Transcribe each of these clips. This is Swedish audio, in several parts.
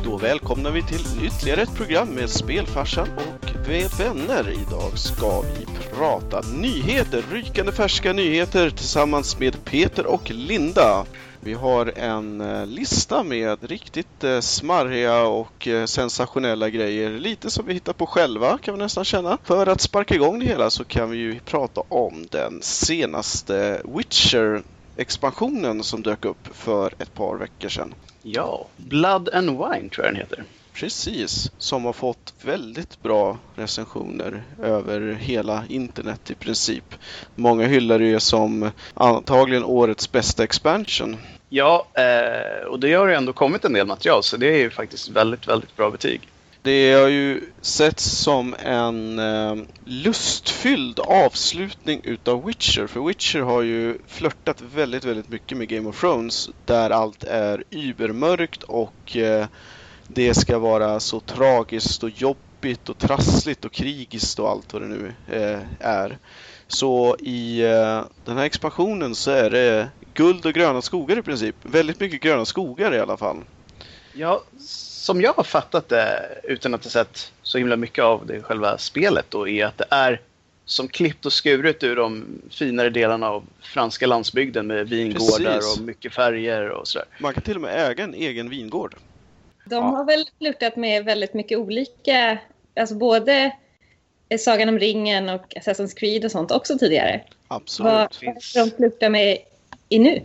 Då välkomnar vi till ytterligare ett program med Spelfarsan och med vänner. Idag ska vi prata nyheter, rykande färska nyheter tillsammans med Peter och Linda. Vi har en lista med riktigt smarriga och sensationella grejer. Lite som vi hittar på själva kan vi nästan känna. För att sparka igång det hela så kan vi ju prata om den senaste Witcher-expansionen som dök upp för ett par veckor sedan. Ja, Blood and Wine tror jag den heter. Precis, som har fått väldigt bra recensioner över hela internet i princip. Många hyllar det som antagligen årets bästa expansion. Ja, och det har ju ändå kommit en del material så det är ju faktiskt väldigt, väldigt bra betyg. Det har ju setts som en lustfylld avslutning utav Witcher. För Witcher har ju flörtat väldigt, väldigt mycket med Game of Thrones. Där allt är übermörkt och det ska vara så tragiskt och jobbigt och trassligt och krigiskt och allt vad det nu är. Så i den här expansionen så är det guld och gröna skogar i princip. Väldigt mycket gröna skogar i alla fall. Ja, som jag har fattat det utan att ha sett så himla mycket av det själva spelet då, är att det är som klippt och skuret ur de finare delarna av franska landsbygden med vingårdar. Precis. Och mycket färger och sådär. Man kan till och med äga en egen vingård. De har väl flirtat med väldigt mycket olika, alltså både Sagan om ringen och Assassin's Creed och sånt också tidigare. Absolut. Vad de flirtar med i nu?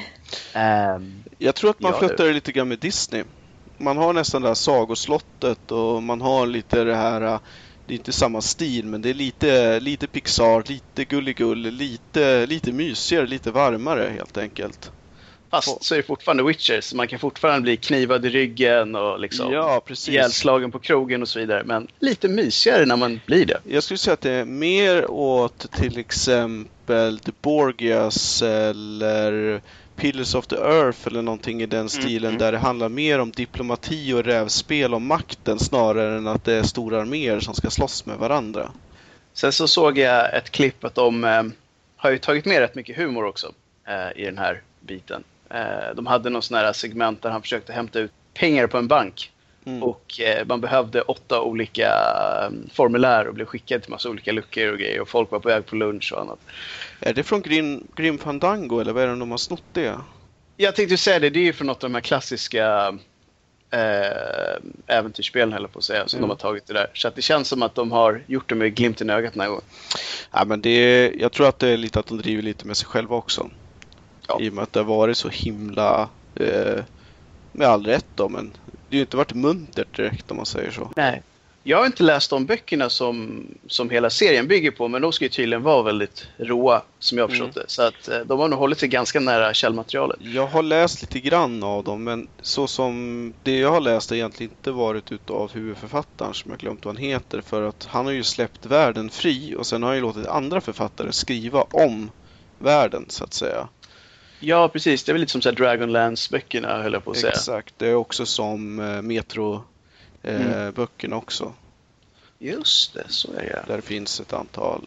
Jag tror att man flirtar lite grann med Disney. Man har nästan det här sagoslottet och man har lite det här, det är inte samma stil men det är lite Pixar, lite gulligull, lite mysigare, lite varmare helt enkelt. Fast så är det fortfarande Witcher så man kan fortfarande bli knivad i ryggen och liksom ihjälslagen på krogen och så vidare. Men lite mysigare när man blir det. Jag skulle säga att det är mer åt till exempel The Borgias eller Pillars of the Earth eller någonting i den stilen där det handlar mer om diplomati och rävspel om makten snarare än att det är stora arméer som ska slåss med varandra. Sen så såg jag ett klipp att de har ju tagit med rätt mycket humor också i den här biten. De hade någon sån här segment där han försökte hämta ut pengar på en bank. Och man behövde 8 olika formulär och blev skickad till massa olika luckor och grejer. Och folk var på väg på lunch och annat. Är det från Grim Fandango eller vad är det de har snott det? Jag tänkte säga det, det är ju från något av de här klassiska äventyrsspelen höll jag på att säga. Som de har tagit det där. Så att det känns som att de har gjort det med glimt i ögat den här gången. Ja, men jag tror att det är lite att de driver lite med sig själva också. Ja. I och med att det har varit så himla med all rätt då, men det har ju inte varit muntert direkt om man säger så. Nej, jag har inte läst de böckerna som hela serien bygger på, men de ska ju tydligen vara väldigt råa som jag har förstått det. Så att de har nog hållit sig ganska nära källmaterialet. Jag har läst lite grann av dem, men så som det jag har läst har egentligen inte varit utav huvudförfattaren som jag glömt vad han heter, för att han har ju släppt världen fri och sen har han ju låtit andra författare skriva om världen så att säga. Ja, precis. Det är väl lite som så här Dragonlance-böckerna höll jag på att säga. Exakt, det är också som Metro-böckerna också. Just det, så är det. Där finns ett antal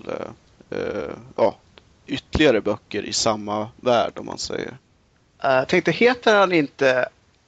ytterligare böcker i samma värld om man säger. Tänkte, heter han inte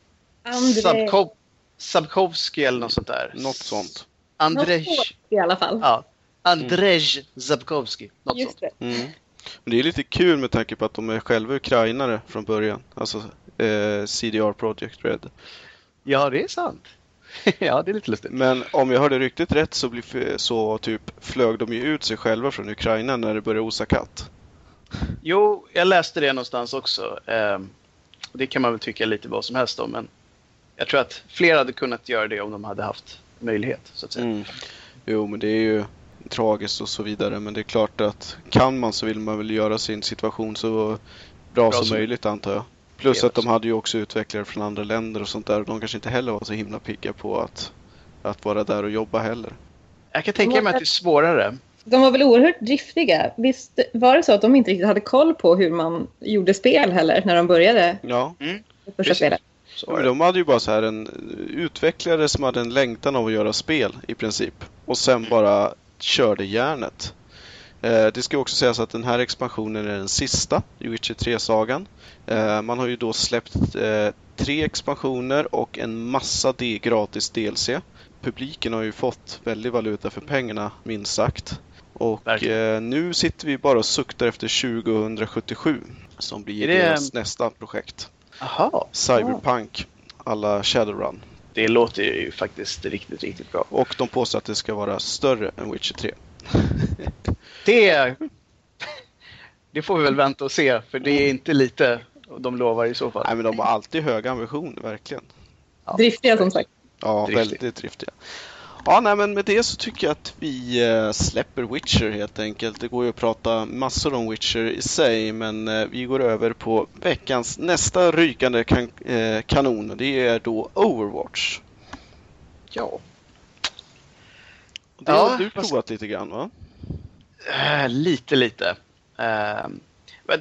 Sapkowski eller något sånt där? Något sånt. Andrzej i alla fall. Ja, Andrzej Sapkowski. Något just sånt. Det. Men det är lite kul med tanke på att de är själva ukrainare från början. Alltså CDR Projekt Red. Ja, det är sant. Ja, det är lite lustigt. Men om jag hörde riktigt rätt så flög de ju ut sig själva från Ukraina när det började osa katt. Jo, jag läste det någonstans också. Det kan man väl tycka lite vad som helst om. Men jag tror att fler hade kunnat göra det om de hade haft möjlighet, så att säga. Jo, men det är ju tragiskt och så vidare. Men det är klart att kan man så vill man väl göra sin situation så bra som möjligt antar jag. Plus att de hade ju också utvecklare från andra länder och sånt där. Och de kanske inte heller var så himla pigga på att vara där och jobba heller. Jag kan tänka mig att det är svårare. De var väl oerhört driftiga. Visst var det så att de inte riktigt hade koll på hur man gjorde spel heller när de började? Ja. Första spelet. Men de hade ju bara så här en utvecklare som hade en längtan av att göra spel i princip. Och sen bara körde järnet. Det ska också sägas att den här expansionen är den sista i Witcher 3-sagan. Man har ju då släppt 3 expansioner och en massa gratis DLC. Publiken har ju fått väldigt valuta för pengarna, minst sagt. Och nu sitter vi bara och suktar efter 2077 som blir deras nästa projekt. Aha. Cyberpunk alla Shadowrun. Det låter ju faktiskt riktigt, riktigt bra. Och de påstår att det ska vara större än Witcher 3. Det får vi väl vänta och se, för det är inte lite de lovar i så fall. Nej, men de har alltid höga ambitioner, verkligen. Ja. Driftiga som sagt. Ja, väldigt driftiga. Ja, nej, men med det så tycker jag att vi släpper Witcher helt enkelt. Det går ju att prata massor om Witcher i sig, men vi går över på veckans nästa rykande kanon. Det är då Overwatch. Ja. Det har du provat lite grann, va? Lite. Men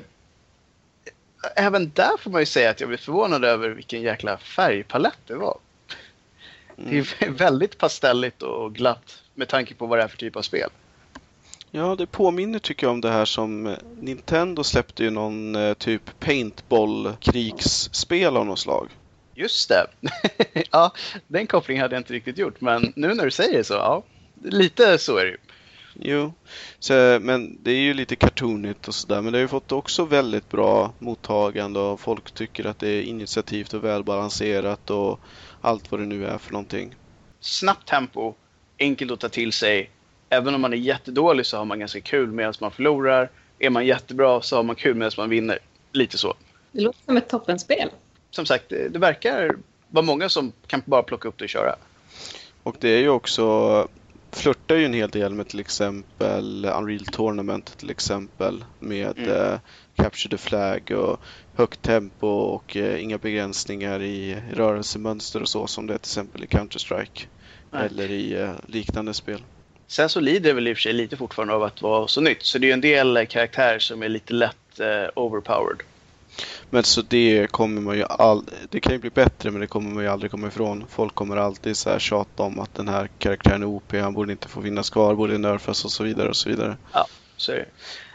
även där får man ju säga att jag blir förvånad över vilken jäkla färgpalett det var. Det är väldigt pastelligt och glatt med tanke på vad det är för typ av spel. Ja, det påminner tycker jag om det här som Nintendo släppte ju någon typ paintball-krigsspel av något slag. Just det. Ja, den kopplingen hade jag inte riktigt gjort. Men nu när du säger det så, ja, lite så är det ju. Jo, men det är ju lite cartoonigt och sådär. Men det har ju fått också väldigt bra mottagande och folk tycker att det är initiativt och välbalanserat och allt vad det nu är för någonting. Snabbt tempo, enkelt att ta till sig. Även om man är jättedålig så har man ganska kul medan man förlorar. Är man jättebra så har man kul medan man vinner. Lite så. Det låter som ett toppenspel. Som sagt, det verkar vara många som kan bara plocka upp det och köra. Och det är ju också... flörtar ju en hel del med till exempel Unreal Tournament till exempel med Capture the Flag och högt tempo och inga begränsningar i rörelsemönster och så som det är till exempel i Counter-Strike eller i liknande spel. Sen så lider det väl i och för sig lite fortfarande av att vara så nytt, så det är ju en del karaktärer som är lite lätt overpowered. Men så det kommer man ju det kan ju bli bättre, men det kommer man ju aldrig komma ifrån. Folk kommer alltid så här tjata om att den här karaktären är OP, han borde inte få finnas kvar, borde nerfas och så vidare och så vidare. Ja, så är det.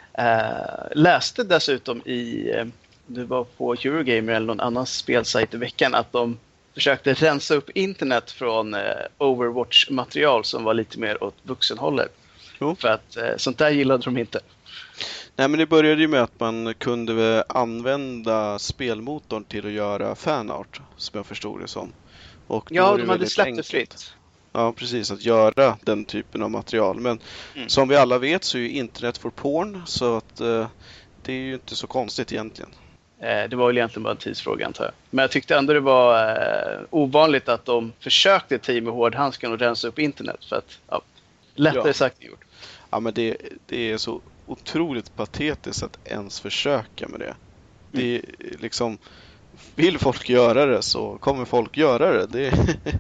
Läste dessutom det var på Eurogamer eller någon annan spelsajt i veckan att de försökte rensa upp internet från Overwatch-material som var lite mer åt vuxenhållet. Jo. För att sånt där gillade de inte. Nej, men det började ju med att man kunde använda spelmotorn till att göra fanart, som jag förstod det som. Och ja, de hade släppt det fritt. Ja, precis, att göra den typen av material. Men som vi alla vet så är ju internet for porn, så att det är ju inte så konstigt egentligen. Det var väl egentligen bara en tidsfråga, antar jag. Men jag tyckte ändå det var ovanligt att de försökte ta i med hårdhandsken och rensa upp internet. För att, lättare sagt än gjort. Ja, men det är så otroligt patetiskt att ens försöka med det. Det är liksom, vill folk göra det så kommer folk göra det.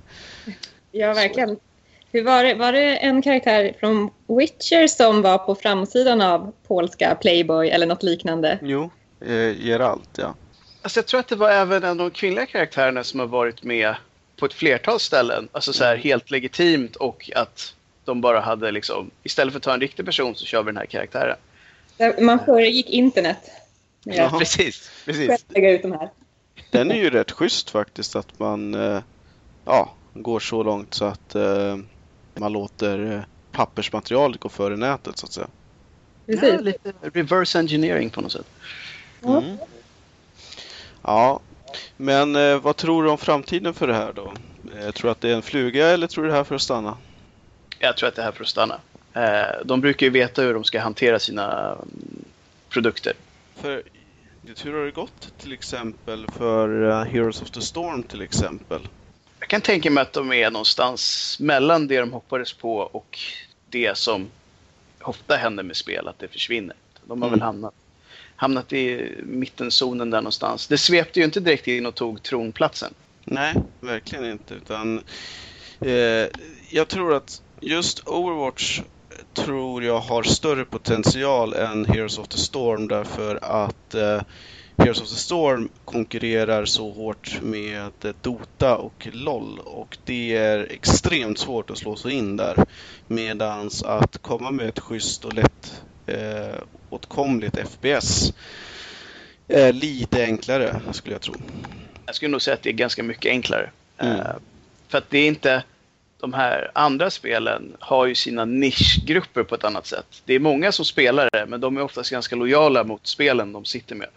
Ja, verkligen. Hur var det en karaktär från Witcher som var på framsidan av polska Playboy eller något liknande? Jo, Geralt, ja. Alltså jag tror att det var även en av de kvinnliga karaktärerna som har varit med på ett flertal ställen. Alltså så här helt legitimt, och att de bara hade liksom, istället för att ta en riktig person så kör vi den här karaktären. Man föregick internet. Ja, precis. Lägga ut de här. Den är ju rätt schysst faktiskt, att man går så långt så att man låter pappersmaterialet gå före nätet så att säga. Precis. Ja, lite reverse engineering på något sätt. Ja, men vad tror du om framtiden för det här då? Tror du att det är en fluga eller tror du det här för att stanna? Jag tror att det här är för att stanna. De brukar ju veta hur de ska hantera sina produkter. För hur har det gått till exempel för Heroes of the Storm till exempel? Jag kan tänka mig att de är någonstans mellan det de hoppades på och det som ofta händer med spel, att det försvinner. De har väl hamnat i mittenzonen där någonstans. Det svepte ju inte direkt in och tog tronplatsen. Nej, verkligen inte. Utan jag tror att just Overwatch tror jag har större potential än Heroes of the Storm, därför att Heroes of the Storm konkurrerar så hårt med Dota och LoL, och det är extremt svårt att slå sig in där, medans att komma med ett schysst och lätt åtkomligt FPS är lite enklare, skulle jag tro. Jag skulle nog säga att det är ganska mycket enklare. För att det är inte... De här andra spelen har ju sina nischgrupper på ett annat sätt. Det är många som spelar det, men de är oftast ganska lojala mot spelen de sitter med.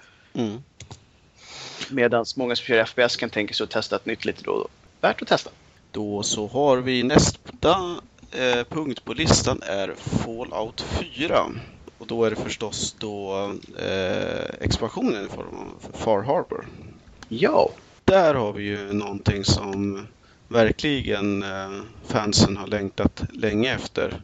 Medan många som kör FPS kan tänka sig att testa ett nytt lite då och då. Värt att testa. Då så har vi nästa punkt på listan är Fallout 4. Och då är det förstås då expansionen i form av Far Harbor. Ja. Där har vi ju någonting som verkligen fansen har längtat länge efter.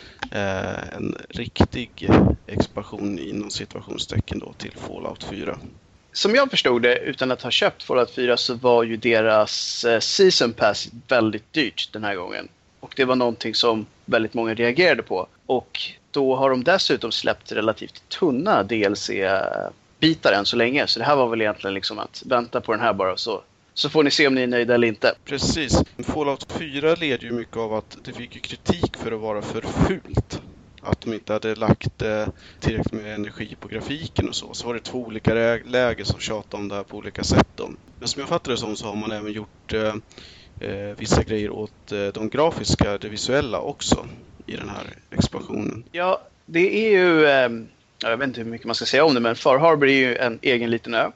En riktig expansion inom situationstecken då till Fallout 4. Som jag förstod det, utan att ha köpt Fallout 4, så var ju deras Season Pass väldigt dyrt den här gången. Och det var någonting som väldigt många reagerade på. Och då har de dessutom släppt relativt tunna DLC-bitar än så länge. Så det här var väl egentligen liksom att vänta på den här bara, så får ni se om ni är nöjda eller inte. Precis. Fallout 4 leder ju mycket av att det fick ju kritik för att vara för fult. Att de inte hade lagt tillräckligt med energi på grafiken och så. Så var det 2 olika läger som tjatade om det här på olika sätt då. Men som jag fattar det som så har man även gjort vissa grejer åt de grafiska, det visuella också i den här expansionen. Ja, det är ju... jag vet inte hur mycket man ska säga om det, men Far Harbor är ju en egen liten ö.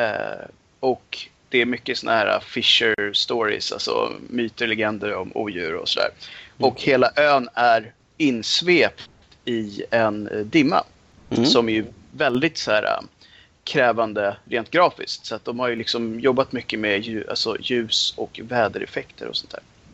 Och det är mycket såna här Fisher stories, alltså myter, legender om odjur och sådär. Och hela ön är insvept i en dimma som är ju väldigt så här krävande rent grafiskt. Så att de har ju liksom jobbat mycket med ljus och vädereffekter och sånt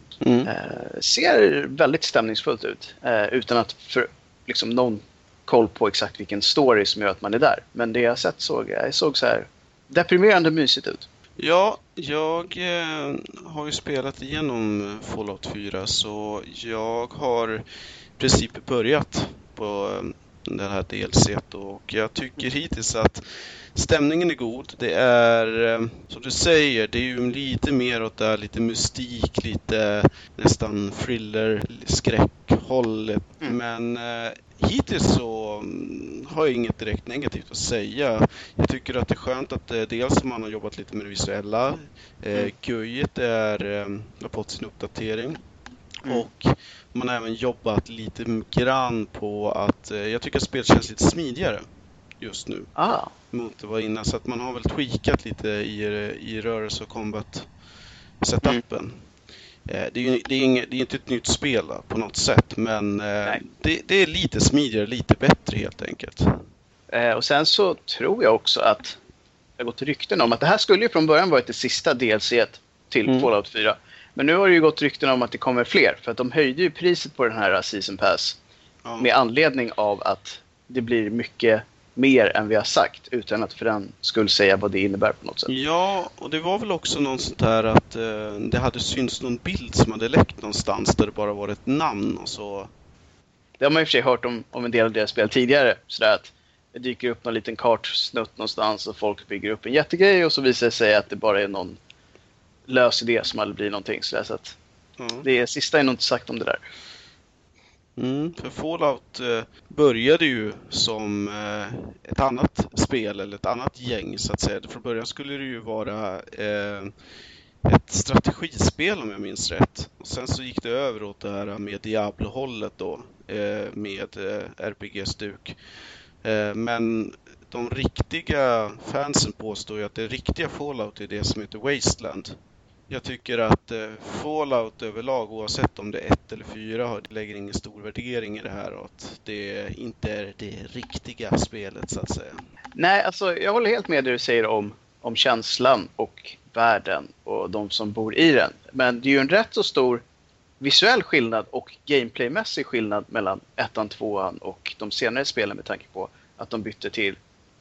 där. Ser väldigt stämningsfullt ut utan att liksom någon koll på exakt vilken story som gör att man är där. Men det jag sett såg så här deprimerande mysigt ut. Ja, jag har ju spelat igenom Fallout 4 så jag har i princip börjat på den här DLC och jag tycker hittills att stämningen är god. Det är, som du säger, det är ju lite mer åt där, lite mystik, lite nästan thriller, skräckhållet. Men hittills så har jag inget direkt negativt att säga. Jag tycker att det är skönt att dels man har jobbat lite med det visuella. GUIet har fått sin uppdatering. Och man har även jobbat lite grann på att jag tycker att spelet känns lite smidigare just nu. Mot det var innan. Så att man har väl tweakat lite i rörelse och combat setupen. Det är inte ett nytt spel på något sätt, men det är lite smidigare, lite bättre helt enkelt. Och sen så tror jag också att det har gått rykten om att det här skulle ju från början varit det sista DLC-et till Fallout 4. Men nu har det ju gått rykten om att det kommer fler, för att de höjde ju priset på den här Season Pass med anledning av att det blir mycket mer än vi har sagt, utan att för den skulle säga vad det innebär på något sätt. Ja, och det var väl också någon sånt där att det hade synts någon bild som hade läckt någonstans där det bara var ett namn och så. Det har man i och för sig hört om en del av deras spel tidigare, sådär att det dyker upp någon liten kartsnutt någonstans och folk bygger upp en jättegrej och så visar det sig att det bara är någon lös idé som aldrig blir någonting. Så att det sista är nog inte sagt om det där. För Fallout började ju som ett annat spel eller ett annat gäng så att säga. Från början skulle det ju vara ett strategispel om jag minns rätt. Och sen så gick det över åt det här med Diablo-hållet då med RPG-stuk. Men de riktiga fansen påstår ju att det riktiga Fallout är det som heter Wasteland. Jag tycker att Fallout överlag, oavsett om det är 1 eller 4, lägger ingen stor värdering i det här och att det inte är det riktiga spelet så att säga. Nej, alltså jag håller helt med det du säger om känslan och världen och de som bor i den. Men det är ju en rätt så stor visuell skillnad och gameplaymässig skillnad mellan 1:an, 2:an och de senare spelen med tanke på att de bytte till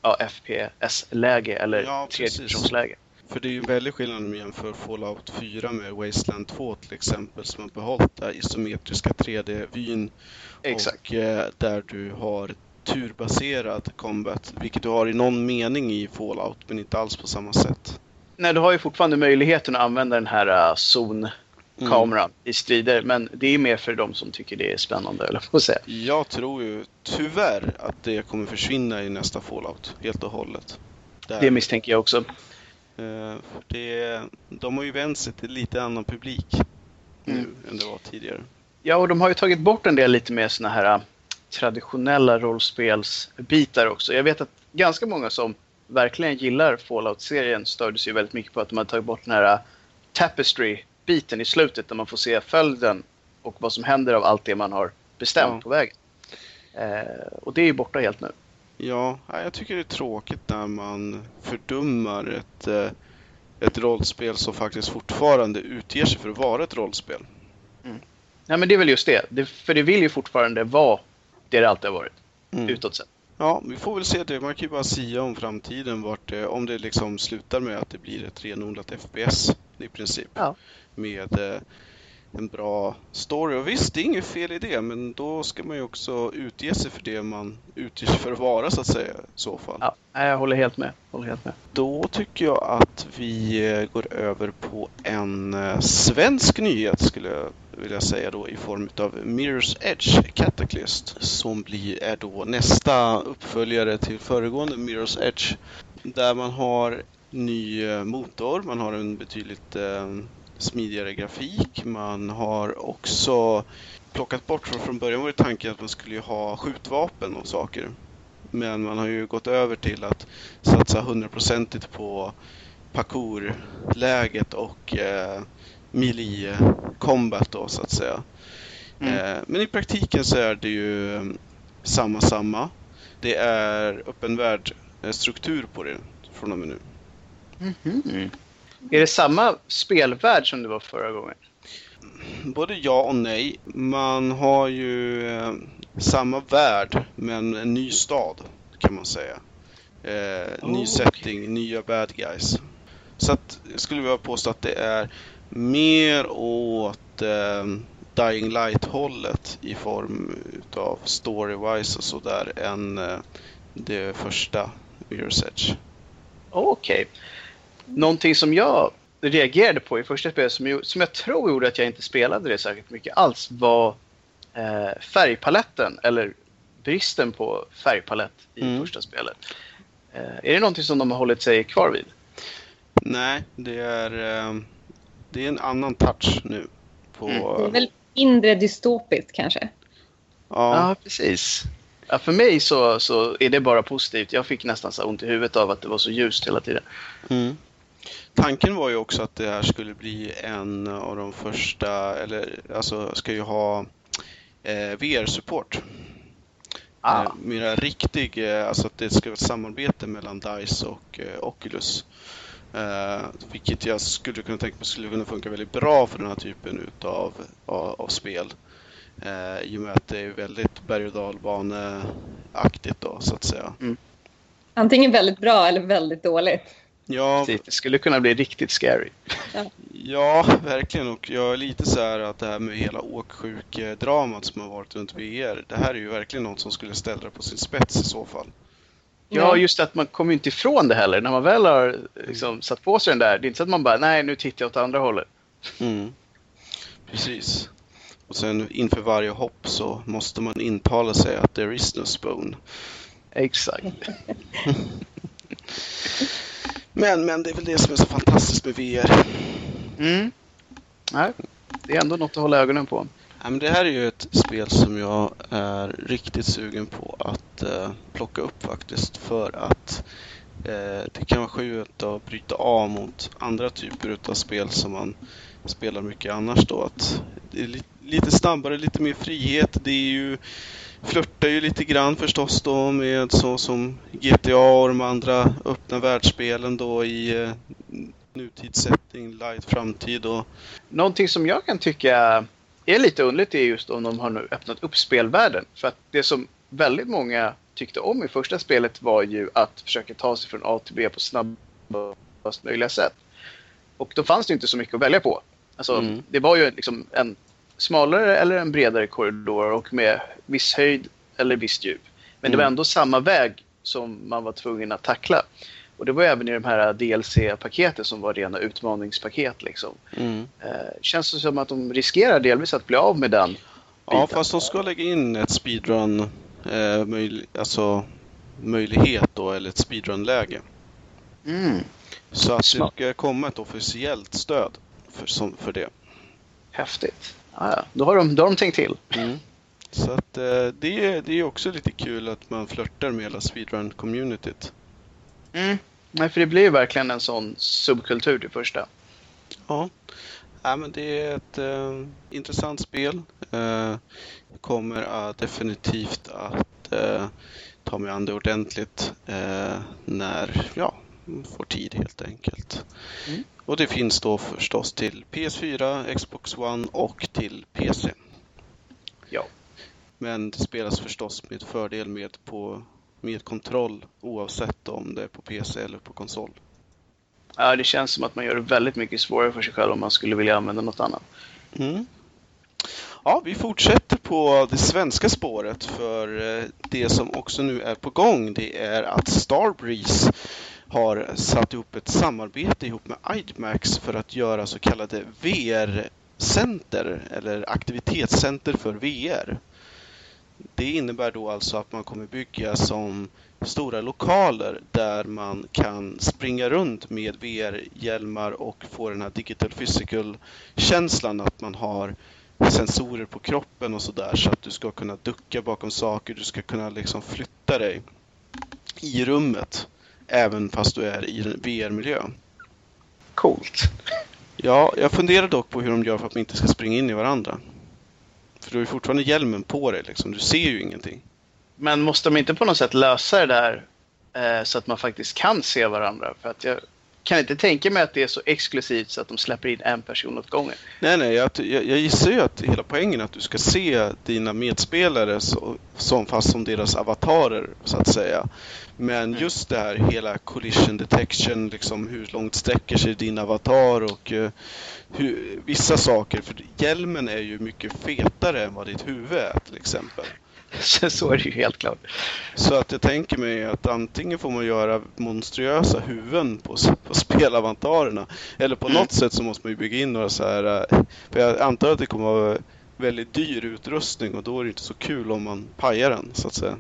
FPS-läge eller tredjepersonsläge. För det är ju väldigt skillnad om man jämför Fallout 4 med Wasteland 2 till exempel, som har behållit den isometriska 3D-vyn. Exakt. Och där du har turbaserad combat, vilket du har i någon mening i Fallout, men inte alls på samma sätt. Nej, du har ju fortfarande möjligheten att använda den här zonkameran i strider, men det är mer för de som tycker det är spännande, eller vad säga. Jag tror ju tyvärr att det kommer försvinna i nästa Fallout, helt och hållet. Det misstänker jag också. De har ju vänt sig till lite annan publik nu än det var tidigare. Ja, och de har ju tagit bort en del lite mer såna här traditionella rollspelsbitar också. Jag vet att ganska många som verkligen gillar Fallout-serien störde sig väldigt mycket på att de har tagit bort den här tapestry-biten i slutet där man får se följden och vad som händer av allt det man har bestämt på vägen. Och det är ju borta helt nu. Ja, jag tycker det är tråkigt när man fördummar ett rollspel som faktiskt fortfarande utger sig för att vara ett rollspel. Nej, men det är väl just det. För det vill ju fortfarande vara det alltid har varit. Utåt sett. Ja, vi får väl se det. Man kan ju bara sia om framtiden om det liksom slutar med att det blir ett renodlat FPS i princip. Ja. Med en bra story. Och visst, det är inget fel i det, men då ska man ju också utge sig för det man utger sig för att vara, så att säga, i så fall. Ja, jag håller helt med. Då tycker jag att vi går över på en svensk nyhet, skulle jag vilja säga då, i form av Mirror's Edge Cataclysm, som är då nästa uppföljare till föregående Mirror's Edge, där man har ny motor, man har en betydligt smidigare grafik. Man har också plockat bort från början var det tanken att man skulle ha skjutvapen och saker. Men man har ju gått över till att satsa 100% på parkour-läget och melee combat då, så att säga. Men i praktiken så är det ju samma. Det är öppen värld-struktur på det från och med nu. Är det samma spelvärld som det var förra gången? Både ja och nej. Man har ju samma värld, men en ny stad, kan man säga. Ny setting, nya bad guys. Så att, jag skulle vilja påstå att det är mer åt Dying Light-hållet i form av story-wise och sådär än det första Mirror's Edge. Okej. Någonting som jag reagerade på i första spelet som jag tror gjorde att jag inte spelade det särskilt mycket alls var färgpaletten, eller bristen på färgpalett i första spelet. Är det någonting som de har hållit sig kvar vid? Nej, det är en annan touch nu. Det är väl mindre dystopiskt kanske? Ja, precis. Ja, för mig så är det bara positivt. Jag fick nästan så ont i huvudet av att det var så ljust hela tiden. Tanken var ju också att det här skulle bli en av de första, eller alltså ska ju ha VR-support. Mera riktig, alltså att det ska vara ett samarbete mellan DICE och Oculus. Vilket jag skulle kunna tänka mig skulle kunna funka väldigt bra för den här typen av spel. I och med att det är väldigt berg- och dalbaneaktigt då, så att säga. Antingen väldigt bra eller väldigt dåligt. Ja, det skulle kunna bli riktigt scary. Ja, verkligen. Och jag är lite så här att det här med hela åksjuk-dramat som har varit runt VR, det här är ju verkligen något som skulle ställa det på sin spets i så fall. Ja, just att man kommer inte ifrån det heller. När man väl har liksom satt på sig den där, det är inte så att man bara, nej, nu tittar jag åt andra hållet. Precis. Och sen inför varje hopp så måste man intala sig att there is no spoon. Exakt. Men det är väl det som är så fantastiskt med VR. Nej, det är ändå något att hålla ögonen på. Ja, men det här är ju ett spel som jag är riktigt sugen på att plocka upp faktiskt. För att det kan vara skönt att bryta av mot andra typer av spel som man spelar mycket annars då. Att det är lite snabbare, lite mer frihet. Det är ju, flörtar ju lite grann förstås då med så som GTA och de andra öppna världsspelen då i nutidssättning, light framtid och... Någonting som jag kan tycka är lite underligt är just om de har nu öppnat upp spelvärlden. För att det som väldigt många tyckte om i första spelet var ju att försöka ta sig från A till B på snabbast möjliga sätt. Och då fanns det inte så mycket att välja på. Alltså, det var ju liksom en smalare eller en bredare korridor och med viss höjd eller visst djup. Men det var ändå samma väg som man var tvungen att tackla. Och det var även i de här DLC-paketen som var rena utmaningspaket liksom. Känns det som att de riskerar delvis att bli av med den biten. Ja, fast de ska lägga in ett speedrun möjlighet då, eller ett speedrun-läge. Så att det ska komma ett officiellt stöd för det. Häftigt. Ja. Då har de tänkt till. Så att det är också lite kul att man flörtar med hela speedrun-communityt. Nej, för det blir ju verkligen en sån subkultur till första. Ja, men det är ett intressant spel. Kommer definitivt att ta mig an det ordentligt när får tid helt enkelt. Och det finns då förstås till PS4, Xbox One och till PC. Ja. Men det spelas förstås med fördel med kontroll oavsett om det är på PC eller på konsol. Ja, det känns som att man gör det väldigt mycket svårare för sig själv om man skulle vilja använda något annat. Ja, vi fortsätter på det svenska spåret, för det som också nu är på gång, det är att Starbreeze har satt ihop ett samarbete ihop med IDMAX för att göra så kallade VR-center eller aktivitetscenter för VR. Det innebär då alltså att man kommer bygga som stora lokaler där man kan springa runt med VR-hjälmar och få den här digital physical-känslan att man har sensorer på kroppen och sådär, så att du ska kunna ducka bakom saker, du ska kunna liksom flytta dig i rummet även fast du är i en VR-miljö. Coolt. Ja, jag funderar dock på hur de gör för att man inte ska springa in i varandra. För du har ju fortfarande hjälmen på dig liksom, du ser ju ingenting. Men måste de inte på något sätt lösa det där så att man faktiskt kan se varandra? För att jag kan inte tänka mig att det är så exklusivt så att de släpper in en person åt gången. Nej, jag gissar ju att hela poängen är att du ska se dina medspelare fast som deras avatarer så att säga. Men just det här hela collision detection, liksom hur långt sträcker sig din avatar och vissa saker. För hjälmen är ju mycket fetare än vad ditt huvud är till exempel. Så är det ju helt klart. Så att jag tänker mig att antingen får man göra monstruösa huvuden på spelavantarerna, eller på något sätt så måste man ju bygga in några så här, för jag antar att det kommer vara väldigt dyr utrustning och då är det inte så kul om man pajar den så att säga.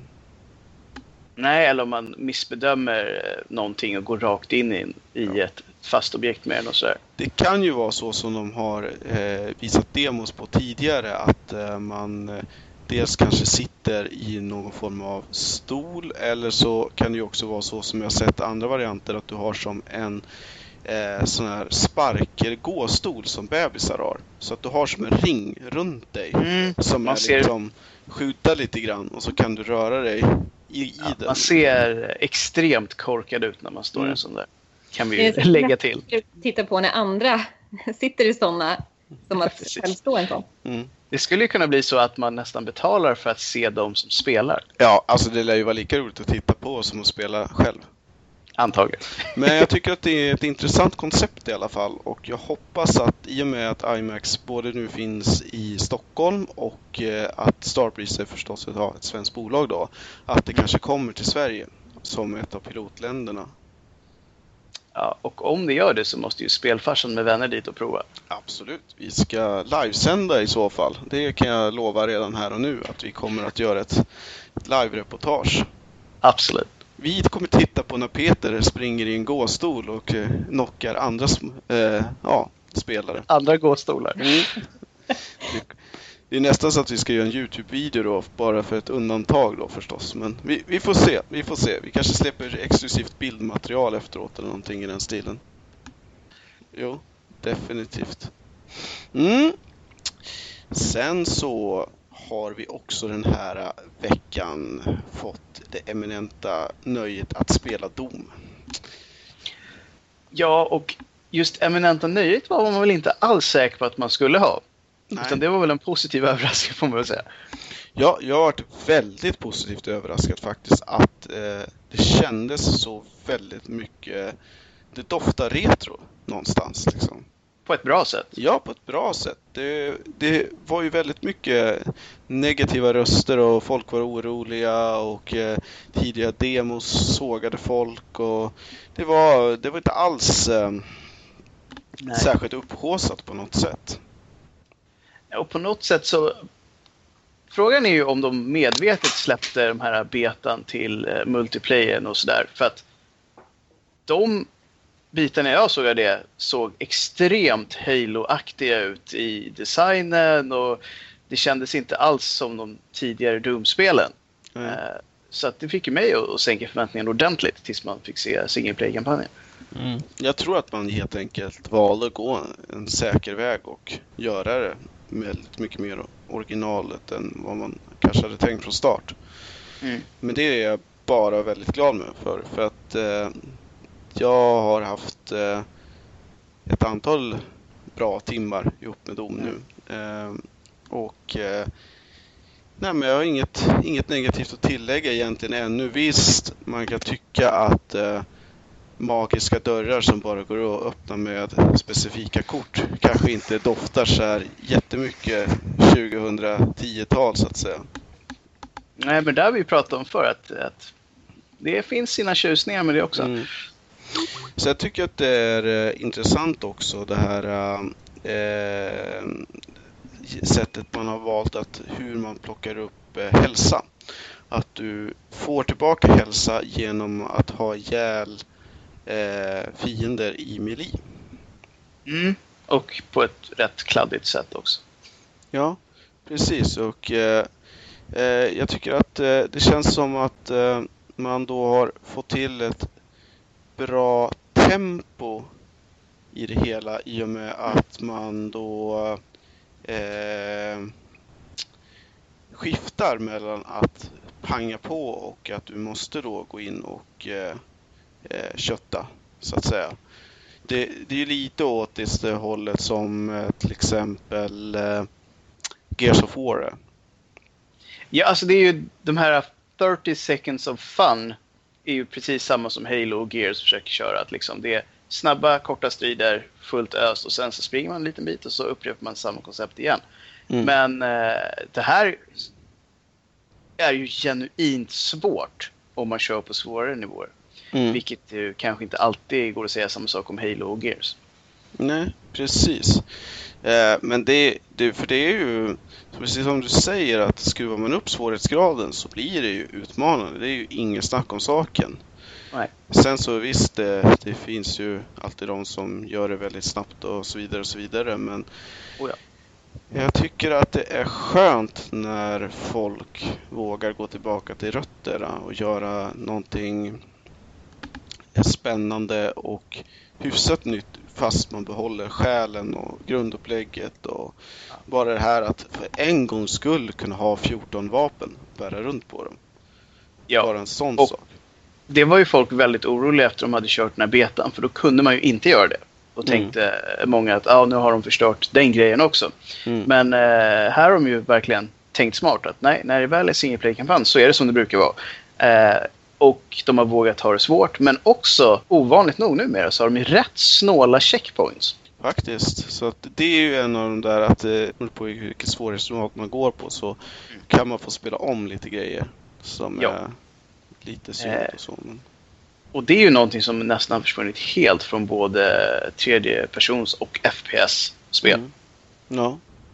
Nej, eller om man missbedömer någonting och går rakt in i ett fast objekt med den och sådär. Det kan ju vara så som de har visat demos på tidigare, att man dels kanske sitter i någon form av stol, eller så kan det ju också vara så som jag sett andra varianter, att du har som en sån här sparker-gåstol som bebisar har. Så att du har som en ring runt dig som man liksom skjuter lite grann och så kan du röra dig i den. Man ser extremt korkad ut när man står i en sån där. Kan vi ju lägga till. Titta på när andra sitter i såna som att själv stå en sån. Det skulle ju kunna bli så att man nästan betalar för att se dem som spelar. Ja, alltså det lär ju vara lika roligt att titta på som att spela själv. Antagligen. Men jag tycker att det är ett intressant koncept i alla fall. Och jag hoppas att i och med att IMAX både nu finns i Stockholm och att Starbreeze är förstås ett svenskt bolag då, att det kanske kommer till Sverige som ett av pilotländerna. Ja, och om det gör det så måste ju spelfarsan med vänner dit och prova. Absolut, vi ska livesända i så fall. Det kan jag lova redan här och nu, att vi kommer att göra ett live-reportage. Absolut. Vi kommer titta på när Peter springer i en gåstol och knockar andra spelare. Andra gåstolar. Det är nästan så att vi ska göra en YouTube-video då, bara för ett undantag då förstås. Men vi får se, Vi kanske släpper exklusivt bildmaterial efteråt eller någonting i den stilen. Jo, definitivt. Sen så har vi också den här veckan fått det eminenta nöjet att spela Doom. Ja, och just eminenta nöjet var man väl inte alls säker på att man skulle ha. Nej. Utan det var väl en positiv överraskning får man väl säga. Ja, jag har varit väldigt positivt överraskad faktiskt att det kändes så väldigt mycket, det doftar retro någonstans liksom. På ett bra sätt? Ja, på ett bra sätt. Det var ju väldigt mycket negativa röster och folk var oroliga och tidiga demos sågade folk och det var inte alls särskilt upphaussat på något sätt. Ja, och på något sätt så frågan är ju om de medvetet släppte de här betan till multiplayern och sådär, för att de bitarna jag såg av det såg extremt Halo-aktiga ut i designen, och det kändes inte alls som de tidigare Doom-spelen. Så att det fick ju mig att sänka förväntningarna ordentligt tills man fick se single-play-kampanjen. Jag tror att man helt enkelt valde att gå en säker väg och göra det väldigt mycket mer originalet än vad man kanske hade tänkt från start. Men det är jag bara väldigt glad med för att jag har haft ett antal bra timmar ihop med Doom nu. Nej, men jag har inget negativt att tillägga egentligen ännu. Visst, man kan tycka att magiska dörrar som bara går att öppna med specifika kort kanske inte doftar så här jättemycket 2010-tal så att säga. Nej, men där har vi pratat om för att det finns sina tjusningar med det också. Så jag tycker att det är intressant också det här sättet man har valt att hur man plockar upp hälsa. Att du får tillbaka hälsa genom att ha ihjäl fiender i melee. Och på ett rätt kladdigt sätt också. Ja, precis. Och jag tycker att det känns som att man då har fått till ett bra tempo i det hela i och med att man då skiftar mellan att panga på och att du måste då gå in och kötta så att säga. Det är ju lite åt det hållet som till exempel Gears of War. Ja, alltså det är ju de här 30 seconds of fun är ju precis samma som Halo och Gears försöker köra. Att liksom det är snabba, korta strider, fullt öst och sen så springer man en liten bit och så upprepar man samma koncept igen. Men det här är ju genuint svårt om man kör på svårare nivåer. Vilket ju kanske inte alltid går att säga samma sak om Halo och Gears. Nej, precis. Men för det är ju precis som du säger att skruvar man upp svårighetsgraden så blir det ju utmanande. Det är ju ingen snack om saken. Nej. Sen så visst, det finns ju alltid de som gör det väldigt snabbt och så vidare. Men jag tycker att det är skönt när folk vågar gå tillbaka till rötterna och göra någonting spännande och hyfsat nytt fast man behåller själen och grundupplägget och bara det här att för en gångs skull kunna ha 14 vapen bära runt på dem. Bara en sån sak. Det var ju folk väldigt oroliga efter de hade kört den här betan, för då kunde man ju inte göra det. Och tänkte många att nu har de förstört den grejen också. Men här har de ju verkligen tänkt smart att nej, när det väl är single play-kampanj så är det som det brukar vara. Och de har vågat ha det svårt, men också ovanligt nog numera så har de ju rätt snåla checkpoints. Faktiskt, så att det är ju en av de där att på vilket svårighetsgrad man går på så kan man få spela om lite grejer som är lite synd och så. Men... Och det är ju någonting som nästan har försvunnit helt från både tredje persons och FPS-spel. Ja.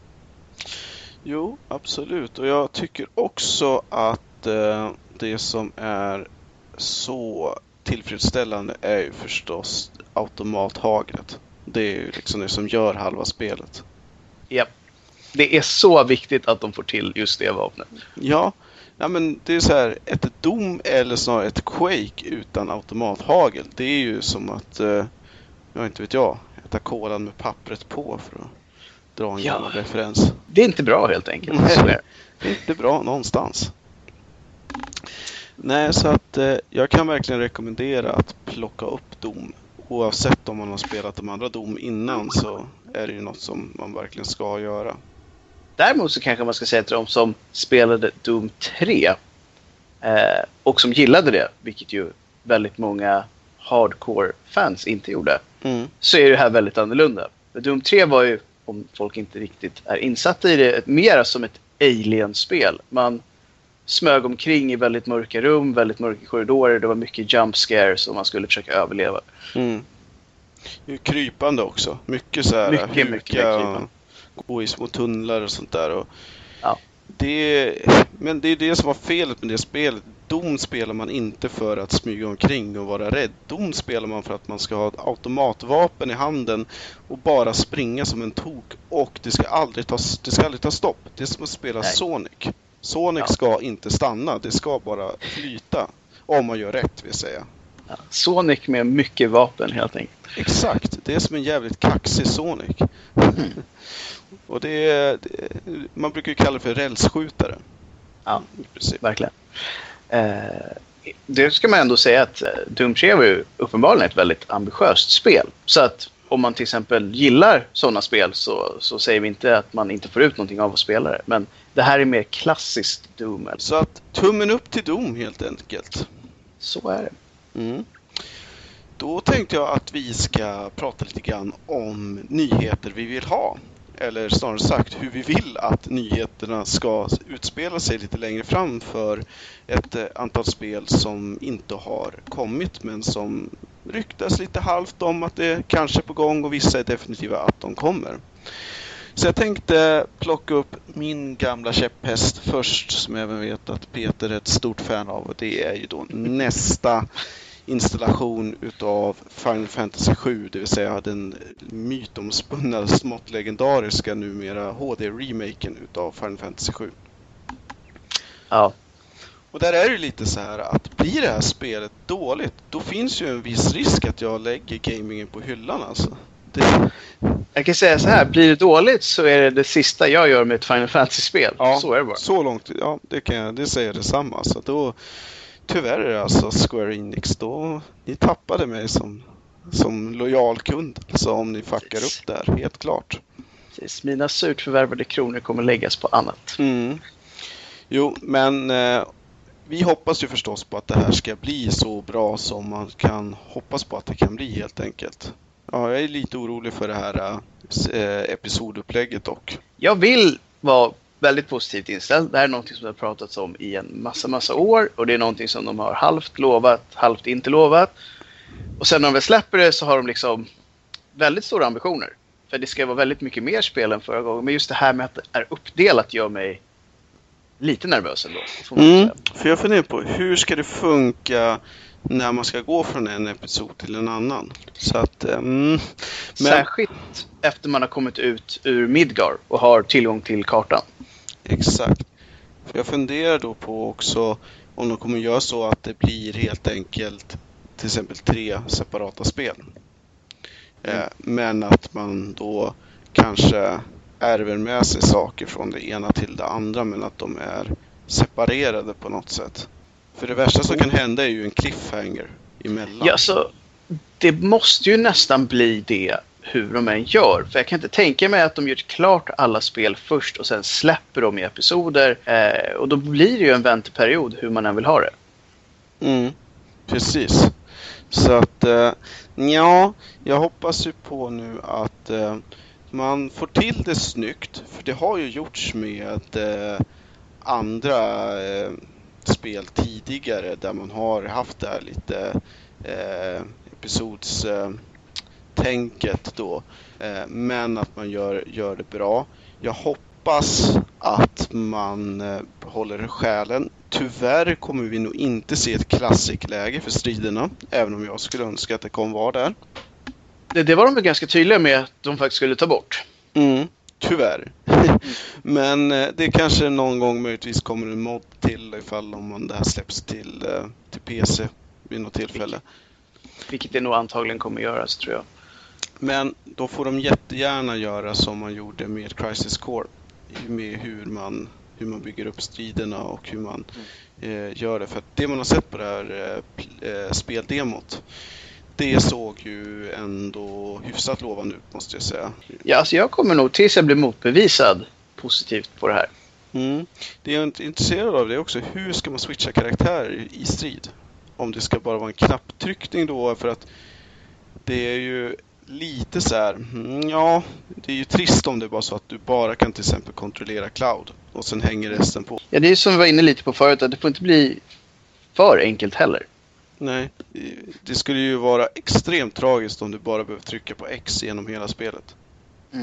Jo, absolut. Och jag tycker också att det som är så tillfredsställande är ju förstås automathagret. Det är ju liksom det som gör halva spelet. Ja, det är så viktigt att de får till just det vapnet. Ja, men det är så här, ett Doom eller snarare ett Quake utan automathagel. Det är ju som att, inte vet jag, äta kolan med pappret på för att dra en gammal referens. Det är inte bra helt enkelt. Nej, det är inte bra någonstans. Nej, så att jag kan verkligen rekommendera att plocka upp Doom. Oavsett om man har spelat de andra Doom innan så är det ju något som man verkligen ska göra. Däremot så kanske man ska säga till dem som spelade Doom 3 och som gillade det, vilket ju väldigt många hardcore-fans inte gjorde, så är det här väldigt annorlunda. Doom 3 var ju, om folk inte riktigt är insatta i det, mer som ett alien-spel. Man smög omkring i väldigt mörka rum, väldigt mörka korridorer. Det var mycket jump scares och man skulle försöka överleva. Det är krypande också. Mycket så här mycket krypande. Gå i små tunnlar och sånt där. Och Men det är det som var felet med det spelet. Doom spelar man inte för att smyga omkring och vara rädd. Doom spelar man för att man ska ha ett automatvapen i handen och bara springa som en tok. Och det ska aldrig ta stopp. Det är som att spela Sonic. Sonic ska inte stanna, det ska bara flyta. Om man gör rätt, vill säga. Ja, Sonic med mycket vapen helt enkelt. Exakt, det är som en jävligt kaxig Sonic. Och man brukar ju kalla det för rälsskjutare. Ja, precis. Verkligen. Det ska man ändå säga att Doom 3 var ju uppenbarligen ett väldigt ambitiöst spel. Så att om man till exempel gillar sådana spel så säger vi inte att man inte får ut någonting av att spela det. Men det här är mer klassiskt Doom. Så att tummen upp till Doom helt enkelt. Så är det. Mm. Då tänkte jag att vi ska prata lite grann om nyheter vi vill ha. Eller snarare sagt hur vi vill att nyheterna ska utspela sig lite längre fram för ett antal spel som inte har kommit men som ryktas lite halvt om att det kanske är på gång och vissa är definitiva att de kommer. Så jag tänkte plocka upp min gamla käpphäst först som jag även vet att Peter är ett stort fan av och det är ju då nästa installation utav Final Fantasy 7, det vill säga den mytomspunna smått legendariska numera HD-remaken utav Final Fantasy 7. Ja. Och där är det lite så här att blir det här spelet dåligt, då finns ju en viss risk att jag lägger gamingen på hyllan alltså. Jag kan säga så här, blir det dåligt så är det sista jag gör med ett Final Fantasy-spel. Ja, så är det bara. Så långt, ja, det säger detsamma. Så då, tyvärr är det alltså Square Enix, då ni tappade mig som lojal kund. Alltså om ni fuckar upp där, helt klart. Precis, mina surt förvärvade kronor kommer läggas på annat. Mm. Jo, men vi hoppas ju förstås på att det här ska bli så bra som man kan hoppas på att det kan bli helt enkelt. Ja, jag är lite orolig för det här episodupplägget dock. Jag vill vara väldigt positivt inställd. Det här är någonting som det har pratats om i en massa år. Och det är någonting som de har halvt lovat, halvt inte lovat. Och sen när de väl släpper det så har de liksom väldigt stora ambitioner. För det ska vara väldigt mycket mer spel än förra gången. Men just det här med att det är uppdelat gör mig lite nervös ändå. För jag funderar på hur ska det funka när man ska gå från en episod till en annan. Så att, särskilt efter man har kommit ut ur Midgar och har tillgång till kartan. Exakt. För jag funderar då på också om de kommer göra så att det blir helt enkelt till exempel 3 separata spel. Men att man då kanske ärver med sig saker från det ena till det andra men att de är separerade på något sätt. För det värsta som kan hända är ju en cliffhanger emellan. Ja, så det måste ju nästan bli det hur de än gör. För jag kan inte tänka mig att de gör klart alla spel först och sen släpper de i episoder. Och då blir det ju en vänteperiod hur man än vill ha det. Mm, precis. Så att, ja, jag hoppas ju på nu att man får till det snyggt. För det har ju gjorts med andra spel tidigare där man har haft där lite episodstänket då. Men att man gör det bra. Jag hoppas att man håller själen. Tyvärr kommer vi nog inte se ett klassikläge för striderna. Även om jag skulle önska att det kommer vara där. Det var de väl ganska tydliga med att de faktiskt skulle ta bort. Tyvärr. Men det kanske någon gång möjligtvis kommer en mod till ifall om det här släpps till PC vid något tillfälle. Vilket det nog antagligen kommer göras, tror jag. Men då får de jättegärna göra som man gjorde med Crisis Core. Med hur man bygger upp striderna och hur man gör det. För att det man har sett på det här speldemot, det såg ju ändå hyfsat lovande ut, måste jag säga. Ja, alltså jag kommer nog tills jag blir motbevisad positivt på det här. Det jag är intresserad av det är också, hur ska man switcha karaktärer i strid? Om det ska bara vara en knapptryckning då, för att det är ju lite så här, ja, det är ju trist om det är bara så att du bara kan till exempel kontrollera Cloud och sen hänger resten på. Ja, det är som vi var inne lite på förut, att det får inte bli för enkelt heller. Nej, det skulle ju vara extremt tragiskt om du bara behöver trycka på X genom hela spelet.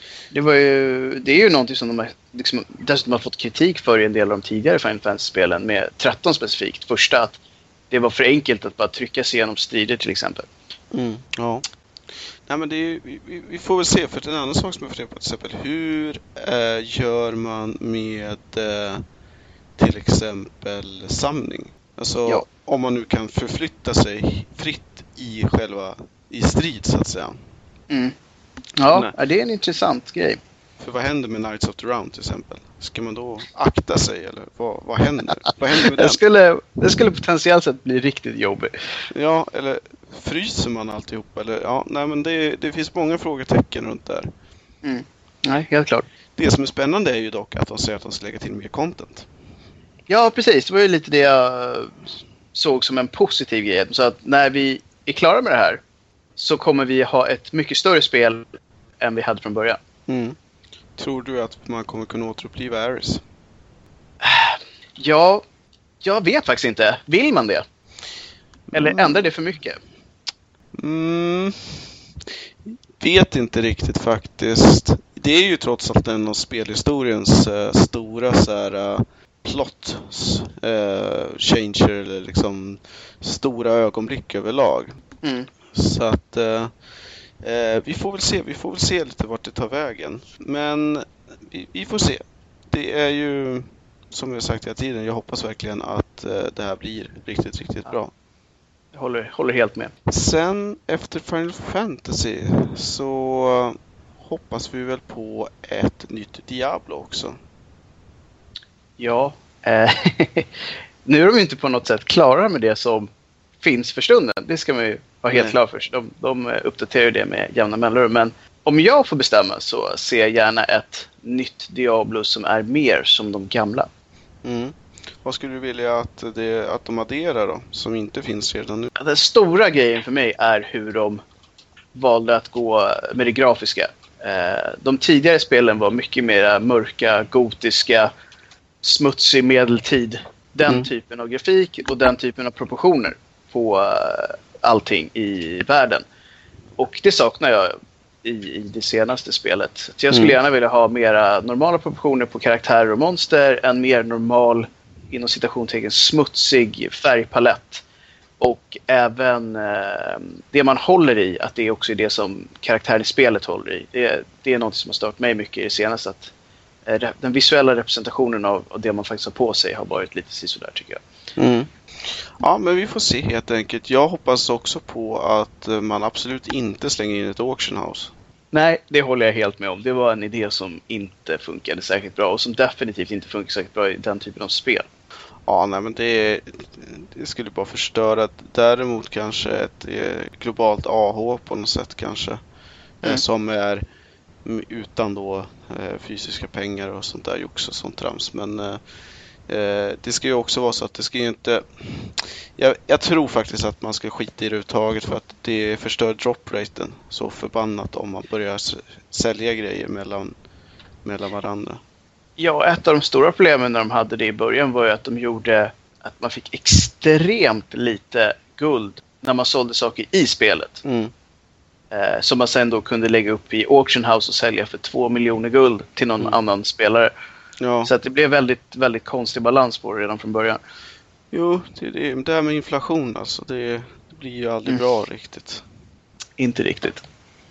Det är ju någonting som de har, liksom, dessutom har fått kritik för i en del av de tidigare Final Fantasy-spelen, med 13 specifikt. Första, att det var för enkelt att bara trycka sig igenom strider till exempel. Ja. Nej, men det är, vi får väl se, för en annan sak som jag funderar på till exempel, hur gör man med till exempel samling? Alltså om man nu kan förflytta sig fritt i strid så att säga. Ja, det är en intressant grej. För vad händer med Knights of the Round till exempel? Ska man då akta sig eller vad händer? Vad händer med den? Det skulle potentiellt sett bli riktigt jobbigt. Ja, eller fryser man alltihop? Eller, ja, nej, men det finns många frågetecken runt där. Nej, helt klart. Det som är spännande är ju dock att de säger att de ska lägga till mer content. Ja, precis. Det var ju lite det jag såg som en positiv grej. Så att när vi är klara med det här så kommer vi ha ett mycket större spel än vi hade från början. Tror du att man kommer kunna återuppliva Ares? Ja, jag vet faktiskt inte. Vill man det? Eller ändrar det för mycket? Vet inte riktigt faktiskt. Det är ju trots allt en av spelhistoriens stora så här, plot changer, eller liksom stora ögonblick överlag. Så att vi får väl se lite vart det tar vägen. Men vi får se. Det är ju, som jag sagt hela tiden, jag hoppas verkligen att det här blir riktigt, riktigt bra. Jag håller helt med. Sen efter Final Fantasy så hoppas vi väl på ett nytt Diablo också. Ja, nu är de inte på något sätt klara med det som finns för stunden. Det ska man ju vara helt klar för. De uppdaterar det med jämna mellanrum. Men om jag får bestämma så ser jag gärna ett nytt Diablo som är mer som de gamla. Vad skulle du vilja att de adderar då, som inte finns redan nu? Den stora grejen för mig är hur de valde att gå med det grafiska. De tidigare spelen var mycket mer mörka, gotiska, smutsig medeltid. Den typen av grafik och den typen av proportioner på allting i världen. Och det saknar jag i det senaste spelet. Så jag skulle gärna vilja ha mera normala proportioner på karaktärer och monster, en mer normal, inom citationstecken, smutsig färgpalett. Och även det man håller i, att det också är det som karaktären i spelet håller i. Det är något som har stört mig mycket i det senaste, att den visuella representationen av det man faktiskt har på sig har varit lite sisådär, tycker jag. Ja, men vi får se helt enkelt. Jag hoppas också på att man absolut inte slänger in ett auction house. Nej, det håller jag helt med om. Det var en idé som inte funkade särskilt bra och som definitivt inte funkar särskilt bra i den typen av spel. Ja, nej, men det skulle bara förstöra. Däremot kanske ett globalt AH på något sätt kanske. Som är utan då fysiska pengar och sånt där jox och sånt trams. Men det ska ju också vara så att det ska ju inte... Jag tror faktiskt att man ska skita i det uttaget, för att det förstör drop-raten så förbannat om man börjar sälja grejer mellan varandra. Ja, ett av de stora problemen när de hade det i början var ju att de gjorde att man fick extremt lite guld när man sålde saker i spelet. Som man sen då kunde lägga upp i auction house och sälja för 2 miljoner guld till någon annan spelare. Ja. Så att det blev väldigt, väldigt konstig balans på det redan från början. Jo, det här med inflation alltså, det blir ju aldrig bra riktigt. Inte riktigt.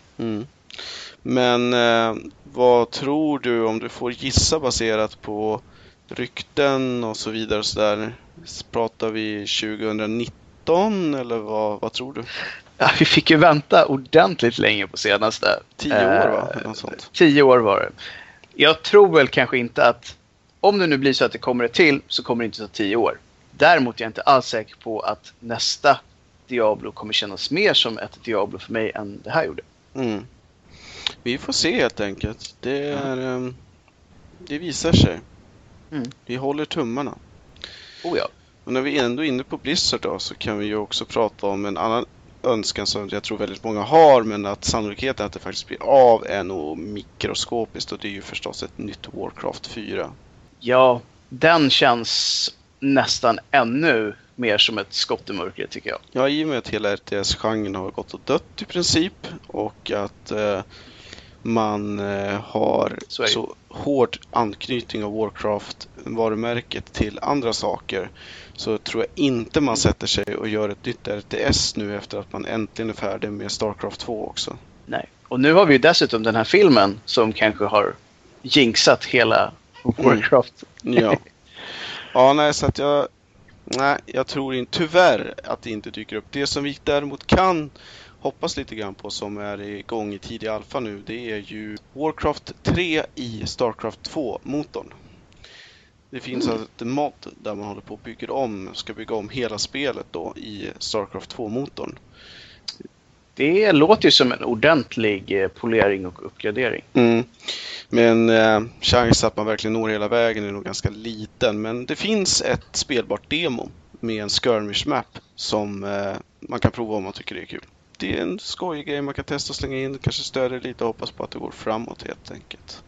Men vad tror du, om du får gissa baserat på rykten och så vidare så där, pratar vi 2019 eller vad tror du? Ja, vi fick ju vänta ordentligt länge på senaste. 10 år va? Något sånt. 10 år var det. Jag tror väl kanske inte att, om det nu blir så att det kommer ett till, så kommer det inte ta 10 år. Däremot är jag inte alls säker på att nästa Diablo kommer kännas mer som ett Diablo för mig än det här gjorde. Vi får se helt enkelt. Det visar sig. Vi håller tummarna. Oh ja. Och när vi ändå är inne på Blizzard då, så kan vi ju också prata om en annan önskan som jag tror väldigt många har, men att sannolikheten att det faktiskt blir av är nog mikroskopiskt, och det är ju förstås ett nytt Warcraft 4. Ja, den känns nästan ännu mer som ett skott i mörkret, tycker jag. Ja, i och med att hela RTS-genren har gått och dött i princip, och att man har så hård anknytning av Warcraft-varumärket till andra saker, så tror jag inte man sätter sig och gör ett nytt RTS nu efter att man äntligen är färdig med StarCraft 2 också. Nej, och nu har vi ju dessutom den här filmen som kanske har jinxat hela Warcraft. Ja. Ja, nej, så att jag tror inte, tyvärr, att det inte dyker upp. Det som vi däremot kan hoppas lite grann på, som är igång i tidig alfa nu, det är ju Warcraft 3 i StarCraft 2-motorn. Det finns ett mod där man håller på att ska bygga om hela spelet då i StarCraft 2-motorn. Det låter ju som en ordentlig polering och uppgradering. Men chans att man verkligen når hela vägen är nog ganska liten. Men det finns ett spelbart demo med en skirmish map som man kan prova om man tycker det är kul. Det är en skojig grej man kan testa och slänga in. Kanske stödja lite och hoppas på att det går framåt helt enkelt.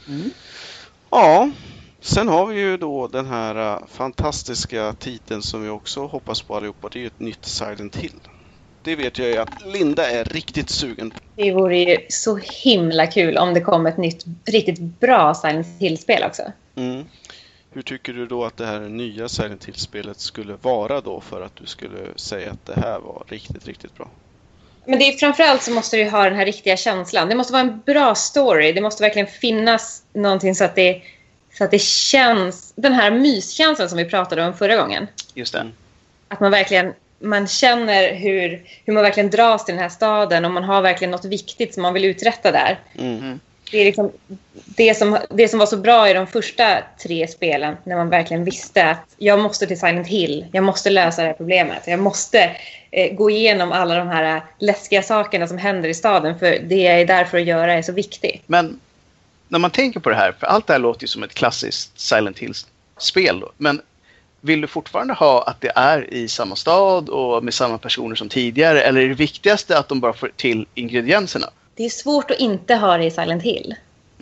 Ja, sen har vi ju då den här fantastiska titeln som vi också hoppas på allihopa. Det är ju ett nytt Silent Hill. Det vet jag ju att Linda är riktigt sugen på. Det vore ju så himla kul om det kom ett nytt, riktigt bra Silent Hill-spel också. Hur tycker du då att det här nya Silent Hill-spelet skulle vara då, för att du skulle säga att det här var riktigt, riktigt bra? Men det är, framförallt så måste du ha den här riktiga känslan. Det måste vara en bra story. Det måste verkligen finnas någonting så att det känns, den här myskänslan som vi pratade om förra gången. Just det. Att man känner hur man verkligen dras till den här staden, och man har verkligen något viktigt som man vill uträtta där. Det är liksom det som var så bra i de första 3 spelen, när man verkligen visste att jag måste till Silent Hill, jag måste lösa det här problemet, jag måste gå igenom alla de här läskiga sakerna som händer i staden, för det jag är där för att göra är så viktigt. Men när man tänker på det här, för allt det här låter ju som ett klassiskt Silent Hill-spel då, men vill du fortfarande ha att det är i samma stad och med samma personer som tidigare, eller är det viktigaste att de bara får till ingredienserna? Det är svårt att inte ha det i Silent Hill.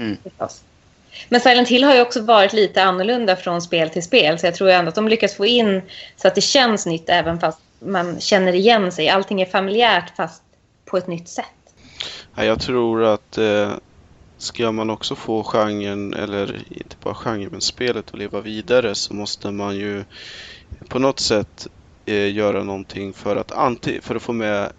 Men Silent Hill har ju också varit lite annorlunda från spel till spel, så jag tror ändå att de lyckas få in så att det känns nytt även fast man känner igen sig. Allting är familjärt fast på ett nytt sätt. Ja, jag tror att ska man också få genren, eller inte bara genren men spelet, att leva vidare, så måste man ju på något sätt göra någonting för att få med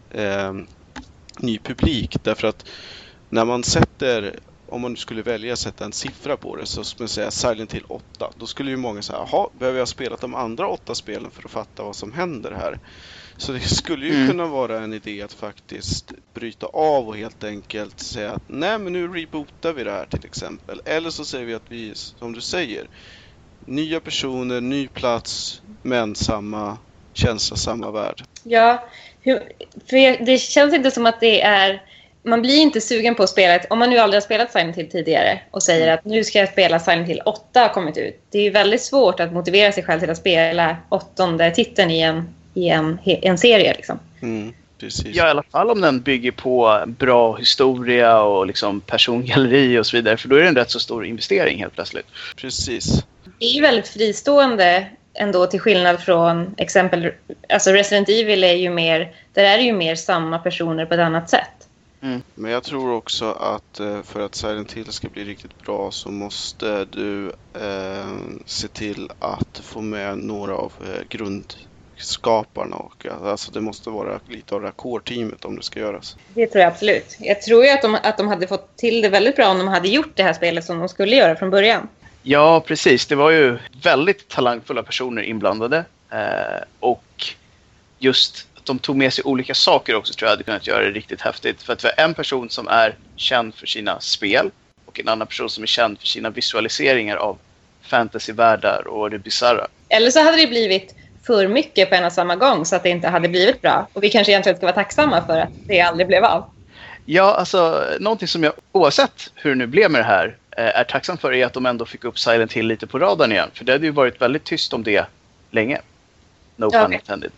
ny publik. Därför att när man om man skulle välja att sätta en siffra på det, så skulle man säga Silent Hill 8, då skulle ju många säga, jaha, behöver jag spela de andra 8 spelen för att fatta vad som händer här? Så det skulle ju kunna vara en idé att faktiskt bryta av och helt enkelt säga att nej, men nu rebootar vi det här till exempel. Eller så säger vi att vi, som du säger, nya personer, ny plats, men samma känsla, samma värld. Ja, för det känns inte som att det är... Man blir inte sugen på att spela om man nu aldrig har spelat Silent Hill tidigare och säger att nu ska jag spela Silent Hill 8 har kommit ut. Det är ju väldigt svårt att motivera sig själv till att spela 8:e titeln i en serie liksom. Precis. Ja, i alla fall om den bygger på bra historia och liksom persongalleri och så vidare, för då är det en rätt så stor investering helt plötsligt. Precis. Det är ju väldigt fristående ändå, till skillnad från exempel, alltså Resident Evil är ju mer, där är det ju mer samma personer på ett annat sätt. Men jag tror också att för att Silent Hill ska bli riktigt bra så måste du se till att få med några av grundskaparna, och alltså det måste vara lite av det här core-teamet om det ska göras. Det tror jag absolut. Jag tror ju att de hade fått till det väldigt bra om de hade gjort det här spelet som de skulle göra från början. Ja, precis. Det var ju väldigt talangfulla personer inblandade. Och just att de tog med sig olika saker också tror jag hade kunnat göra det riktigt häftigt. För att vi har en person som är känd för sina spel och en annan person som är känd för sina visualiseringar av fantasyvärldar och det bizarra. Eller så hade det blivit för mycket på en och samma gång så att det inte hade blivit bra. Och vi kanske egentligen ska vara tacksamma för att det aldrig blev av. Ja, alltså någonting som jag, oavsett hur det nu blev med det här, är tacksam för är att de ändå fick upp Silent Hill lite på radarn igen. För det hade ju varit väldigt tyst om det länge. No pun intended.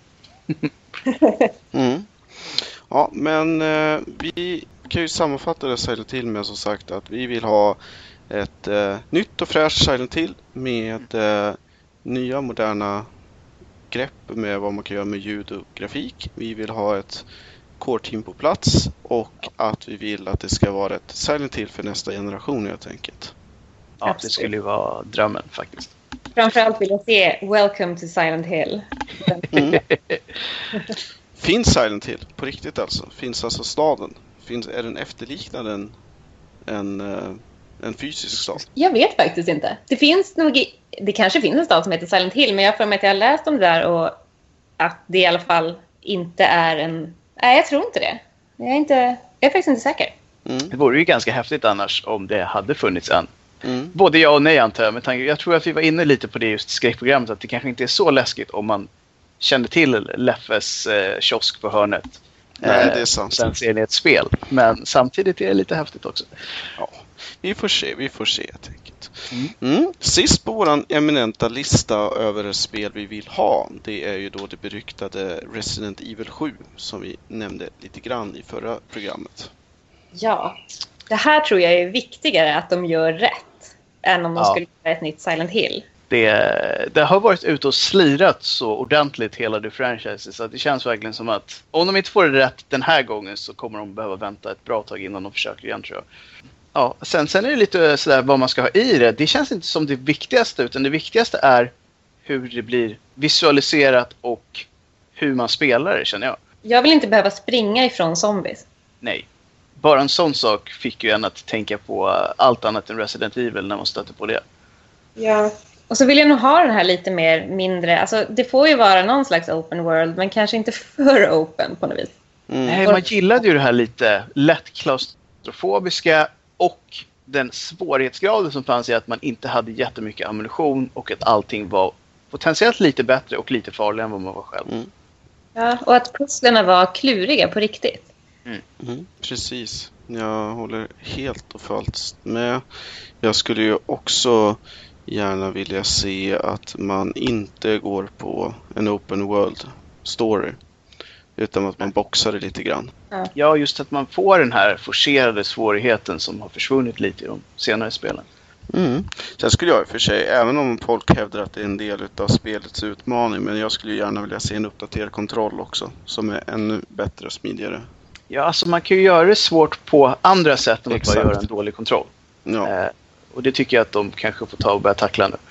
Ja, men vi kan ju sammanfatta det Silent Hill med som sagt att vi vill ha ett nytt och fräscht Silent Hill med nya moderna grepp med vad man kan göra med ljud och grafik. Vi vill ha ett core-team på plats och att vi vill att det ska vara ett Silent Hill för nästa generation helt enkelt. Ja, absolut. Det skulle ju vara drömmen faktiskt. Framförallt vill jag se Welcome to Silent Hill. Finns Silent Hill på riktigt alltså? Finns alltså staden? Är den efterliknande en fysisk stad? Jag vet faktiskt inte. Det kanske finns en stad som heter Silent Hill, men jag får med att jag har läst om det där och att det i alla fall inte är en... Nej, jag tror inte det. Jag är faktiskt inte säker. Det vore ju ganska häftigt annars om det hade funnits en. Både ja och nej antar jag. Men jag tror att vi var inne lite på det just i skräckprogrammet, att det kanske inte är så läskigt om man kände till Leffes kiosk på hörnet. Nej, det är sant. Sen ser ni ett spel. Men samtidigt är det lite häftigt också. Ja, vi får se helt enkelt. Sist på våran eminenta lista över spel vi vill ha, det är ju då det beryktade Resident Evil 7 som vi nämnde lite grann i förra programmet. Ja, det här tror jag är viktigare att de gör rätt än om de skulle göra ett nytt Silent Hill. Det har varit ute och slirat så ordentligt hela det franchise, så att det känns verkligen som att om de inte får det rätt den här gången så kommer de behöva vänta ett bra tag innan de försöker igen, tror jag. Ja, sen är det lite sådär vad man ska ha i det. Det känns inte som det viktigaste, utan det viktigaste är hur det blir visualiserat och hur man spelar det, känner jag. Jag vill inte behöva springa ifrån zombies. Nej. Bara en sån sak fick ju en att tänka på allt annat än Resident Evil när man stötte på det. Ja. Och så vill jag nog ha den här lite mindre... Alltså, det får ju vara någon slags open world, men kanske inte för open på något vis. Nej, man gillade ju det här lite lätt klaustrofobiska och den svårighetsgraden som fanns i att man inte hade jättemycket ammunition och att allting var potentiellt lite bättre och lite farligare än vad man var själv. Ja, och att pusslerna var kluriga på riktigt. Precis. Jag håller helt och fullt med. Jag skulle ju också gärna vilja se att man inte går på en open world story, utan att man boxar det lite grann. Ja, just att man får den här forcerade svårigheten som har försvunnit lite i de senare spelen. Sen skulle jag för sig, även om folk hävdar att det är en del av spelets utmaning, men jag skulle gärna vilja se en uppdaterad kontroll också, som är ännu bättre och smidigare. Ja, alltså man kan ju göra det svårt på andra sätt än att bara göra en dålig kontroll. Ja. Och det tycker jag att de kanske får ta och börja tackla nu.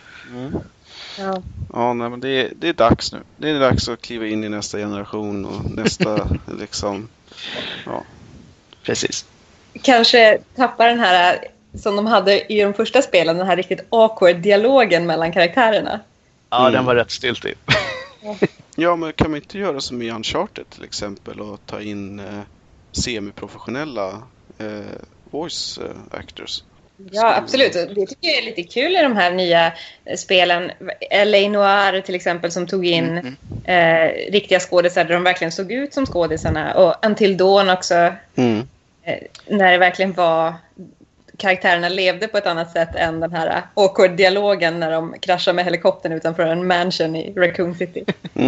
Ja, nej, men det är dags nu. Det är dags att kliva in i nästa generation och nästa liksom... Ja. Precis. Kanske tappa den här som de hade i de första spelen, den här riktigt awkward dialogen mellan karaktärerna. Ja, den var rätt stiltig. Ja, men kan man inte göra som i Uncharted till exempel och ta in semiprofessionella voice actors? Ja, absolut. Det tycker jag är lite kul i de här nya spelen. L.A. Noire till exempel, som tog in riktiga skådisar där de verkligen såg ut som skådisarna. Och Until Dawn också. När det verkligen var... Karaktärerna levde på ett annat sätt än den här awkward-dialogen när de kraschar med helikoptern utanför en mansion i Raccoon City.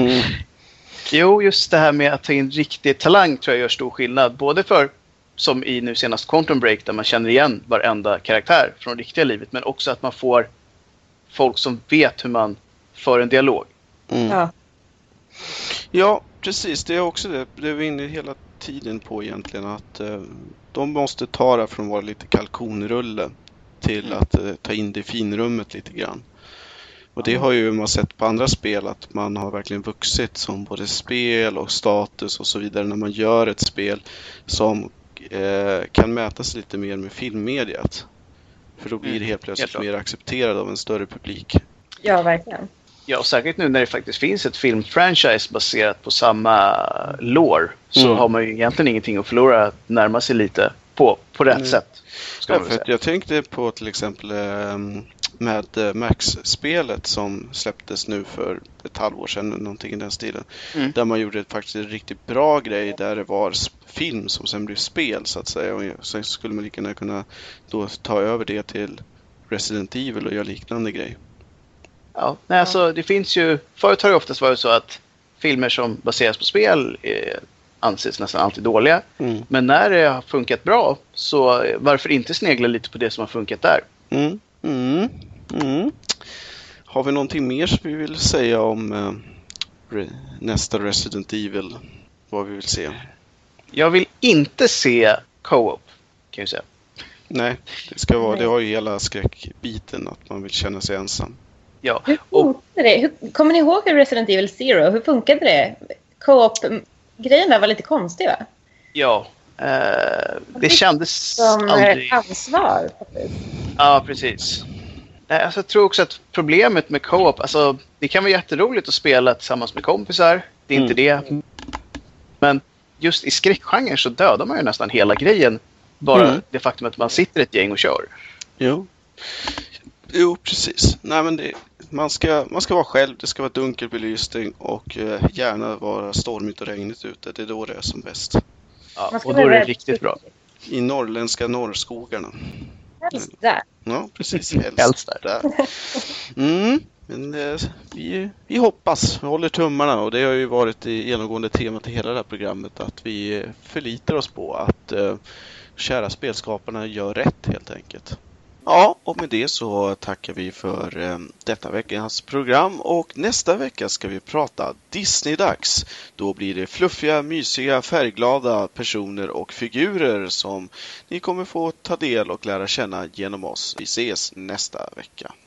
Jo, just det här med att ta in riktig talang tror jag gör stor skillnad. Både för, som i nu senast Quantum Break, där man känner igen varenda karaktär från riktiga livet, men också att man får folk som vet hur man för en dialog. Ja, precis. Det är också det. Det är vi inne hela tiden på egentligen, att de måste ta det från att vara lite kalkonrulle till att ta in det i finrummet lite grann. Och det har ju man sett på andra spel, att man har verkligen vuxit som både spel och status och så vidare när man gör ett spel som kan mätas lite mer med filmmediet. För då blir det helt plötsligt mer accepterad av en större publik. Ja, verkligen. Ja, och säkert nu när det faktiskt finns ett filmfranchise baserat på samma lore, så har man ju egentligen ingenting att förlora att närma sig lite på rätt sätt. Jag tänkte på till exempel med Max-spelet som släpptes nu för ett halvår sedan, någonting i den stilen. Där man gjorde faktiskt en riktigt bra grej där det var film som sen blev spel så att säga. Och sen skulle man lika gärna kunna då ta över det till Resident Evil och göra liknande grej. Ja, nej, alltså det finns ju... Förut har det oftast varit så att filmer som baseras på spel anses nästan alltid dåliga. Men när det har funkat bra, så varför inte snegla lite på det som har funkat där? Har vi någonting mer som vi vill säga om nästa Resident Evil? Vad vi vill se? Jag vill inte se co-op, kan jag säga. Nej, det har ju hela skräckbiten att man vill känna sig ensam. Ja. Hur funkade det? Kommer ni ihåg Resident Evil Zero? Hur funkade det? Co-op-grejen där var lite konstig, va? Ja. Det kändes som aldrig... ansvar. Ja, precis. Alltså, jag tror också att problemet med co-op, alltså, det kan vara jätteroligt att spela tillsammans med kompisar. Det är inte det. Men just i skräckgenren så dödar man ju nästan hela grejen. Bara det faktum att man sitter ett gäng och kör. Jo, precis. Nej, men man ska vara själv, det ska vara dunkel belysning och gärna vara stormigt och regnigt ute. Det är då det är som bäst. Ja, och då är det riktigt bra. I norrländska norrskogarna. Helst där. Ja, precis. Helst där. Men vi hoppas, vi håller tummarna, och det har ju varit det genomgående temat i hela det här programmet, att vi förlitar oss på att kära spelskaparna gör rätt helt enkelt. Ja, och med det så tackar vi för detta veckans program, och nästa vecka ska vi prata Disney-dags. Då blir det fluffiga, mysiga, färgglada personer och figurer som ni kommer få ta del och lära känna genom oss. Vi ses nästa vecka.